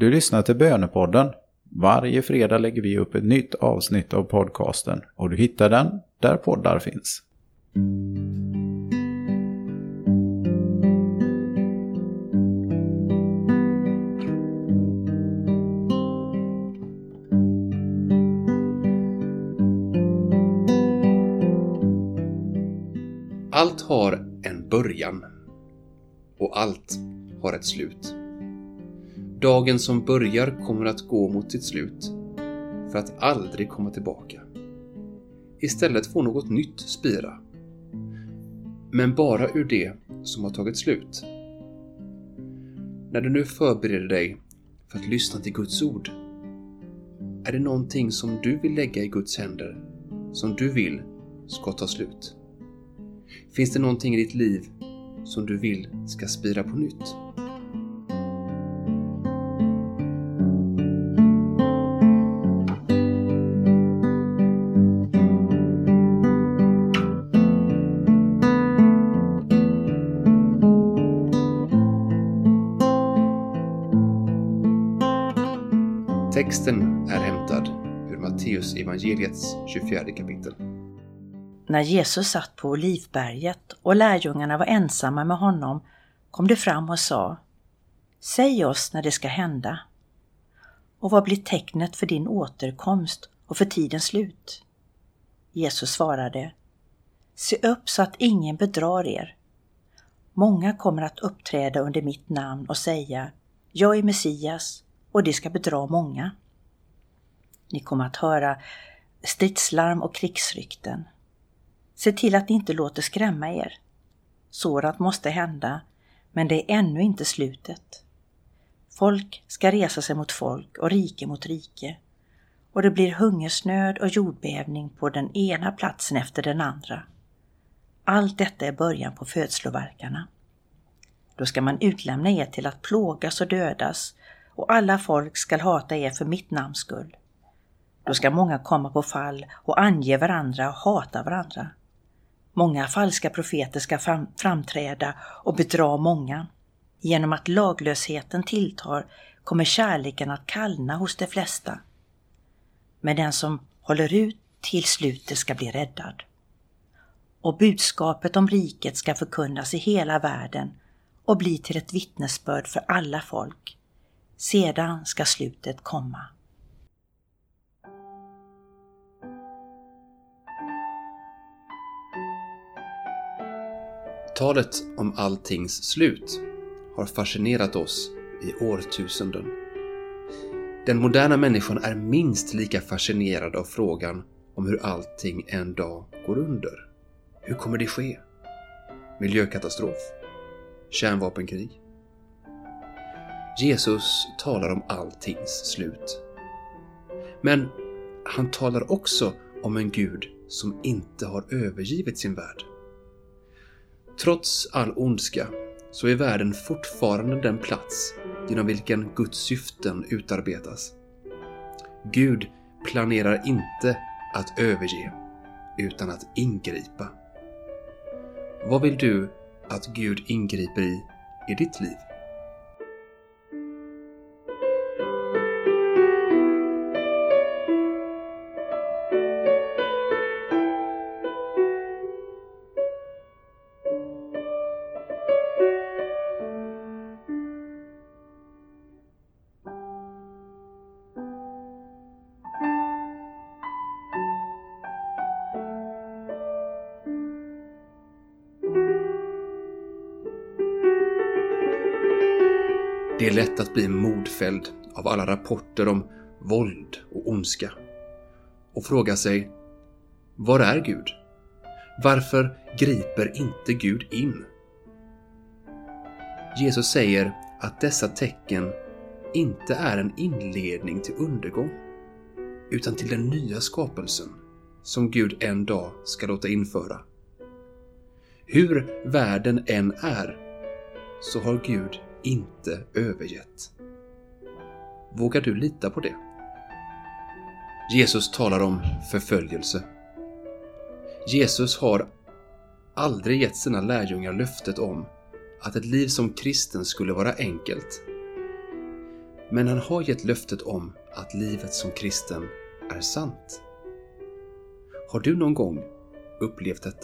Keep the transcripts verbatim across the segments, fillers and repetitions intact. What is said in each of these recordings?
Du lyssnar till Bönepodden. Varje fredag lägger vi upp ett nytt avsnitt av podcasten och du hittar den där poddar finns. Allt har en början och allt har ett slut. Dagen som börjar kommer att gå mot sitt slut för att aldrig komma tillbaka. Istället får något nytt spira. Men bara ur det som har tagit slut. När du nu förbereder dig för att lyssna till Guds ord, är det någonting som du vill lägga i Guds händer som du vill ska ta slut? Finns det någonting i ditt liv som du vill ska spira på nytt? Texten är hämtad ur Matteus evangeliets tjugofjärde kapitel. När Jesus satt på Olivberget och lärjungarna var ensamma med honom kom det fram och sa: Säg oss när det ska hända. Och vad blir tecknet för din återkomst och för tidens slut? Jesus svarade: Se upp så att ingen bedrar er. Många kommer att uppträda under mitt namn och säga: Jag är Messias, och det ska bedra många. Ni kommer att höra stridslarm och krigsrykten. Se till att ni inte låter skrämma er. Sådant måste hända, men det är ännu inte slutet. Folk ska resa sig mot folk och rike mot rike. Och det blir hungersnöd och jordbävning på den ena platsen efter den andra. Allt detta är början på födslovärkarna. Då ska man utlämna er till att plågas och dödas, och alla folk ska hata er för mitt namns skull. Då ska många komma på fall och ange varandra och hata varandra. Många falska profeter ska fram, framträda och bedra många. Genom att laglösheten tilltar kommer kärleken att kallna hos de flesta. Men den som håller ut till slutet ska bli räddad. Och budskapet om riket ska förkunnas i hela världen och bli till ett vittnesbörd för alla folk. Sedan ska slutet komma. Talet om alltings slut har fascinerat oss i årtusenden. Den moderna människan är minst lika fascinerad av frågan om hur allting en dag går under. Hur kommer det ske? Miljökatastrof? Kärnvapenkrig? Jesus talar om alltings slut. Men han talar också om en Gud som inte har övergivit sin värld. Trots all ondska så är världen fortfarande den plats genom vilken Guds syften utarbetas. Gud planerar inte att överge utan att ingripa. Vad vill du att Gud ingriper i i ditt liv? Det är lätt att bli modfälld av alla rapporter om våld och ondska och fråga sig: var är Gud? Varför griper inte Gud in? Jesus säger att dessa tecken inte är en inledning till undergång utan till den nya skapelsen som Gud en dag ska låta införa. Hur världen än är så har Gud inte övergett. Vågar du lita på det? Jesus talar om förföljelse. Jesus har aldrig gett sina lärjungar löftet om att ett liv som kristen skulle vara enkelt. Men han har gett löftet om att livet som kristen är sant. Har du någon gång upplevt detta?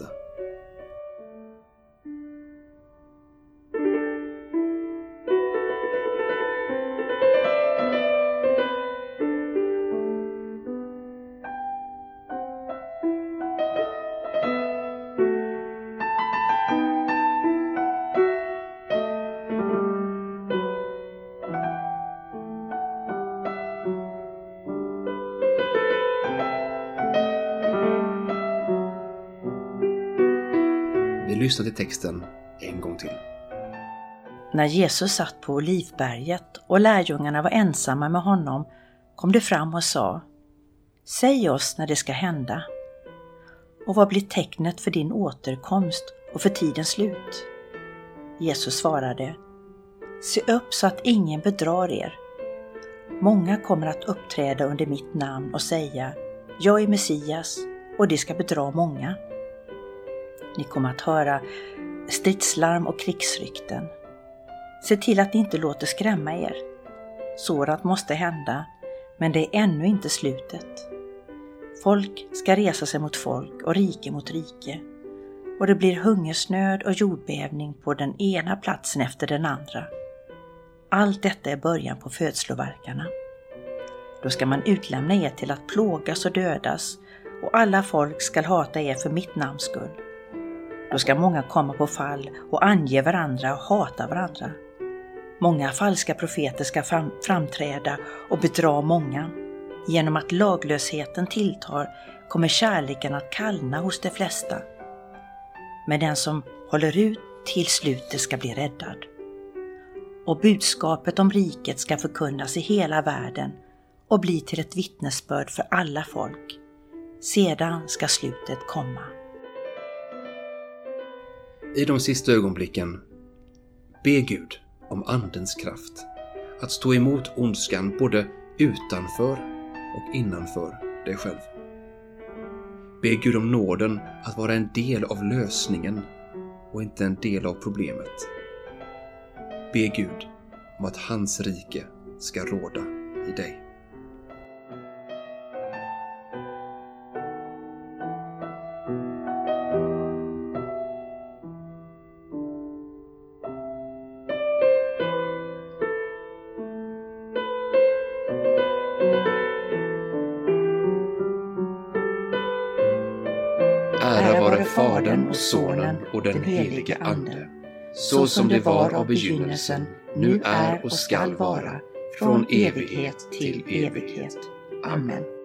Vi lyssnar till texten en gång till. När Jesus satt på Olivberget och lärjungarna var ensamma med honom kom det fram och sa: Säg oss när det ska hända. Och vad blir tecknet för din återkomst och för tidens slut? Jesus svarade: Se upp så att ingen bedrar er. Många kommer att uppträda under mitt namn och säga: Jag är Messias, och det ska bedra många. Ni kommer att höra stridslarm och krigsrykten. Se till att ni inte låter skrämma er. Sådant måste hända, men det är ännu inte slutet. Folk ska resa sig mot folk och rike mot rike. Och det blir hungersnöd och jordbävning på den ena platsen efter den andra. Allt detta är början på födslovärkarna. Då ska man utlämna er till att plågas och dödas, och alla folk ska hata er för mitt namns skull. Då ska många komma på fall och ange varandra och hata varandra. Många falska profeter ska fram, framträda och bedra många. Genom att laglösheten tilltar kommer kärleken att kallna hos de flesta. Men den som håller ut till slutet ska bli räddad. Och budskapet om riket ska förkunnas i hela världen och bli till ett vittnesbörd för alla folk. Sedan ska slutet komma. I de sista ögonblicken, be Gud om andens kraft att stå emot ondskan både utanför och innanför dig själv. Be Gud om nåden att vara en del av lösningen och inte en del av problemet. Be Gud om att hans rike ska råda i dig. Ära vare Fadern och Sonen och den helige Ande, så som det var av begynnelsen, nu är och skall vara, från evighet till evighet. Amen.